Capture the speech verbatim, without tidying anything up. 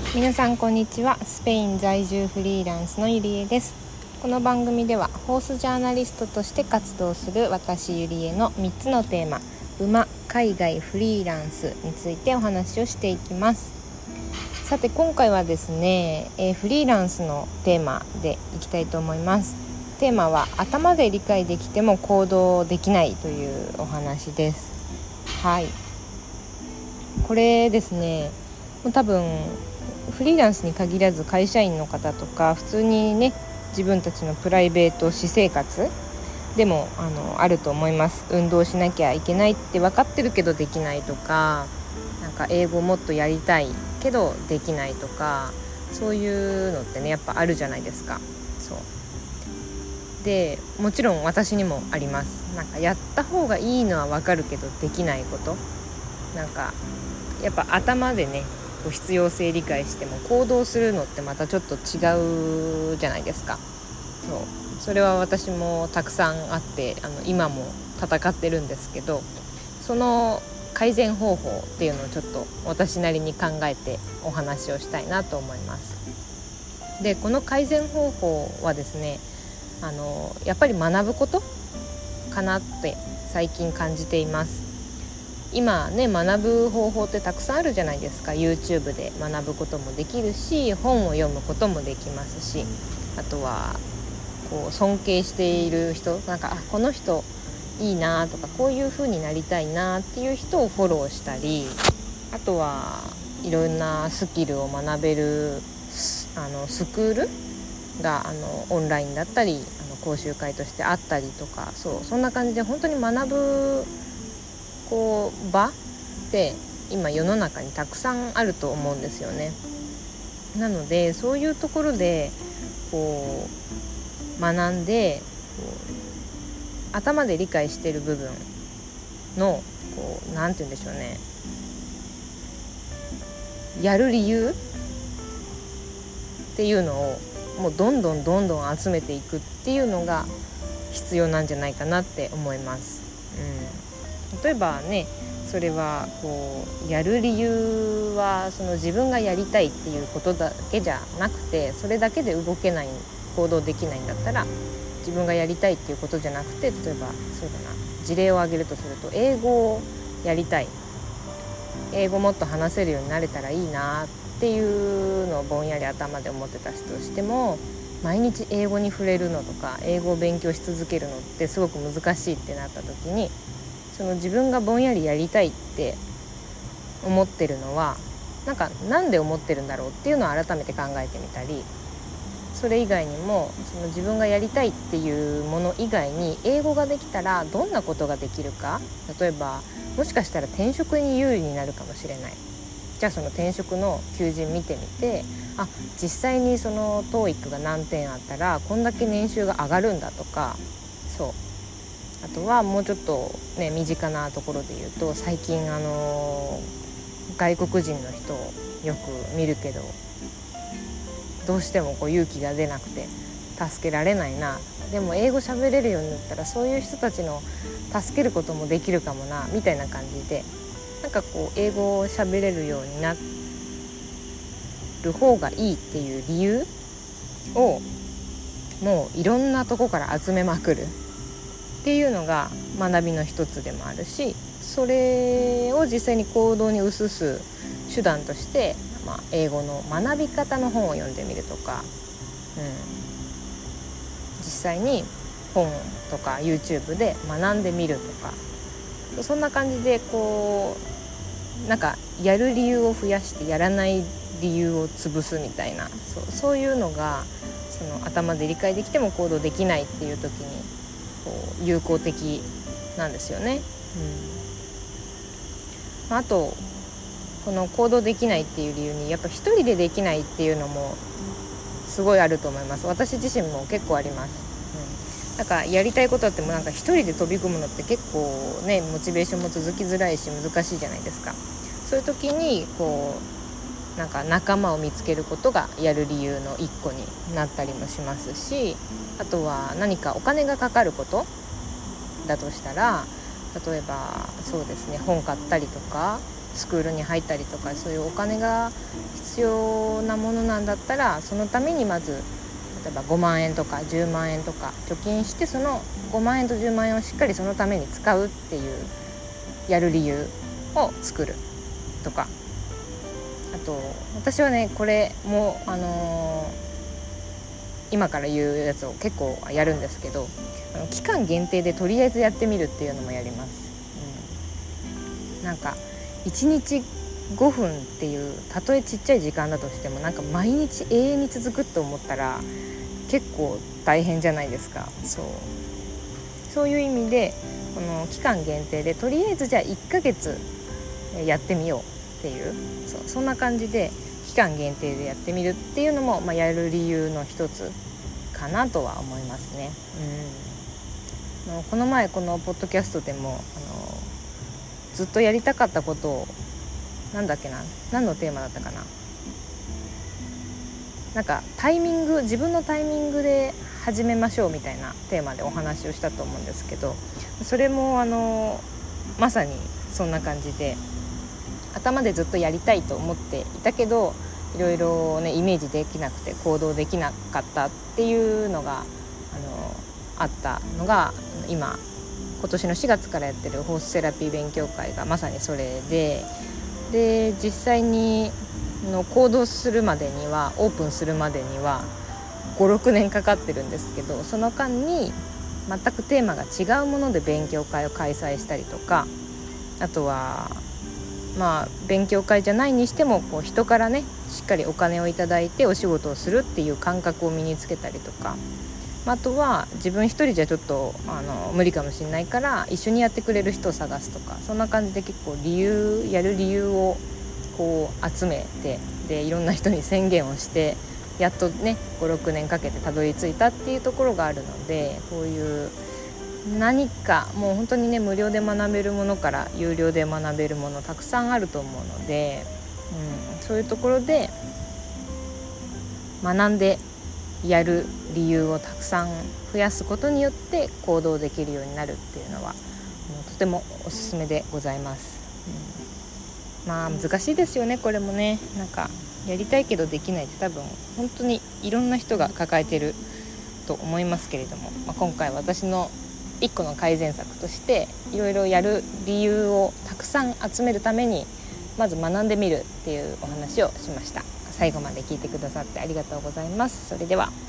皆さんこんにちは。スペイン在住フリーランスのゆりえです。この番組ではホースジャーナリストとして活動する私ゆりえのみっつのテーマ、馬、海外、フリーランスについてお話をしていきます。さて今回はですね、えー、フリーランスのテーマでいきたいと思います。テーマは頭で理解できても行動できないというお話です。はい、これですね、もう多分フリーランスに限らず会社員の方とか普通にね、自分たちのプライベート私生活でも あの、あると思います。運動しなきゃいけないって分かってるけどできないとか、なんか英語もっとやりたいけどできないとか、そういうのってねやっぱあるじゃないですか。そうで、もちろん私にもあります。なんかやった方がいいのは分かるけどできないこと、なんかやっぱ頭でねこう必要性理解しても行動するのってまたちょっと違うじゃないですか。そうそれは私もたくさんあって、あの今も戦ってるんですけど、その改善方法っていうのをちょっと私なりに考えてお話をしたいなと思います。で、この改善方法はですね、あのやっぱり学ぶことかなって最近感じています。今ね、学ぶ方法ってたくさんあるじゃないですか。 YouTube で学ぶこともできるし、本を読むこともできますし、あとはこう尊敬している人、なんかあこの人いいなとか、こういう風になりたいなっていう人をフォローしたり、あとはいろんなスキルを学べるあのスクールがあのオンラインだったり、あの講習会としてあったりとか、そうそんな感じで本当に学ぶこう場って今世の中にたくさんあると思うんですよね。なのでそういうところでこう学んで、こう頭で理解している部分のこうなんて言うんでしょうね、やる理由っていうのをもうどんどんどんどん集めていくっていうのが必要なんじゃないかなって思います。うん、例えばね、それはこうやる理由はその自分がやりたいっていうことだけじゃなくて、それだけで動けない、行動できないんだったら、自分がやりたいっていうことじゃなくて、例えばそうだな、事例を挙げるとすると、英語をやりたい、英語もっと話せるようになれたらいいなっていうのをぼんやり頭で思ってた人としても、毎日英語に触れるのとか英語を勉強し続けるのってすごく難しいってなった時に、その自分がぼんやりやりたいって思ってるのはなんかなんで思ってるんだろうっていうのを改めて考えてみたり、それ以外にもその自分がやりたいっていうもの以外に英語ができたらどんなことができるか、例えばもしかしたら転職に有利になるかもしれない。じゃあその転職の求人見てみて、あ実際にその トーイック が何点あったらこんだけ年収が上がるんだとか、そうあとはもうちょっとね身近なところで言うと、最近あの外国人の人をよく見るけど、どうしてもこう勇気が出なくて助けられないな、でも英語喋れるようになったらそういう人たちの助けることもできるかもなみたいな感じで、なんかこう英語を喋れるようになる方がいいっていう理由をもういろんなとこから集めまくるっていうのが学びの一つでもあるし、それを実際に行動に移す手段として、まあ、英語の学び方の本を読んでみるとか、うん、実際に本とか YouTube で学んでみるとか、そんな感じでこうなんかやる理由を増やしてやらない理由を潰すみたいな、そう、そういうのがその頭で理解できても行動できないっていう時にこう有効的なんですよね。うん、あとこの行動できないっていう理由にやっぱ一人でできないっていうのもすごいあると思います。私自身も結構あります。うん、なんかやりたいことあってもなんか一人で飛び込むのって結構ねモチベーションも続きづらいし難しいじゃないですか。そういう時にこうなんか仲間を見つけることがやる理由の一個になったりもしますし、あとは何かお金がかかることだとしたら、例えばそうですね、本買ったりとかスクールに入ったりとか、そういうお金が必要なものなんだったら、そのためにまず例えばごまんえんとかじゅうまんえんとか貯金して、そのごまんえんとじゅうまんえんをしっかりそのために使うっていうやる理由を作るとか。あと私はね、これもあのー今から言うやつを結構やるんですけど、あの期間限定でとりあえずやってみるっていうのもやります、うん、なんかいちにちごふんっていう、たとえちっちゃい時間だとしても、なんか毎日永遠に続くと思ったら結構大変じゃないですか。そうそういう意味で、この期間限定でとりあえずじゃあいっかげつやってみようっていう、そうそんな感じで期間限定でやってみるっていうのも、まあ、やる理由の一つかなとは思いますね、うん、この前このポッドキャストでもあのずっとやりたかったことを、なんだっけな何のテーマだったかな、なんかタイミング自分のタイミングで始めましょうみたいなテーマでお話をしたと思うんですけど、それもあのまさにそんな感じで、頭でずっとやりたいと思っていたけど、いろいろねイメージできなくて行動できなかったっていうのがあのあったのが、今今年のしがつからやってるホースセラピー勉強会がまさにそれで、で実際にの行動するまでには、オープンするまでにはごろくねんかかってるんですけど、その間に全くテーマが違うもので勉強会を開催したりとか、あとはまあ勉強会じゃないにしても、こう人からねしっかりお金をいただいてお仕事をするっていう感覚を身につけたりとか、あとは自分一人じゃちょっとあの無理かもしれないから一緒にやってくれる人を探すとか、そんな感じで結構理由やる理由をこう集めて、でいろんな人に宣言をして、やっとねごろくねんかけてたどり着いたっていうところがあるので、こういう何かもう本当にね無料で学べるものから有料で学べるものたくさんあると思うので、うん、そういうところで学んでやる理由をたくさん増やすことによって行動できるようになるっていうのはとてもおすすめでございます、うん、まあ難しいですよねこれもね。なんかやりたいけどできないって多分本当にいろんな人が抱えてると思いますけれども、まあ、今回私の一個の改善策としていろいろやる理由をたくさん集めるためにまず学んでみるっていうお話をしました。最後まで聞いてくださってありがとうございます。それでは。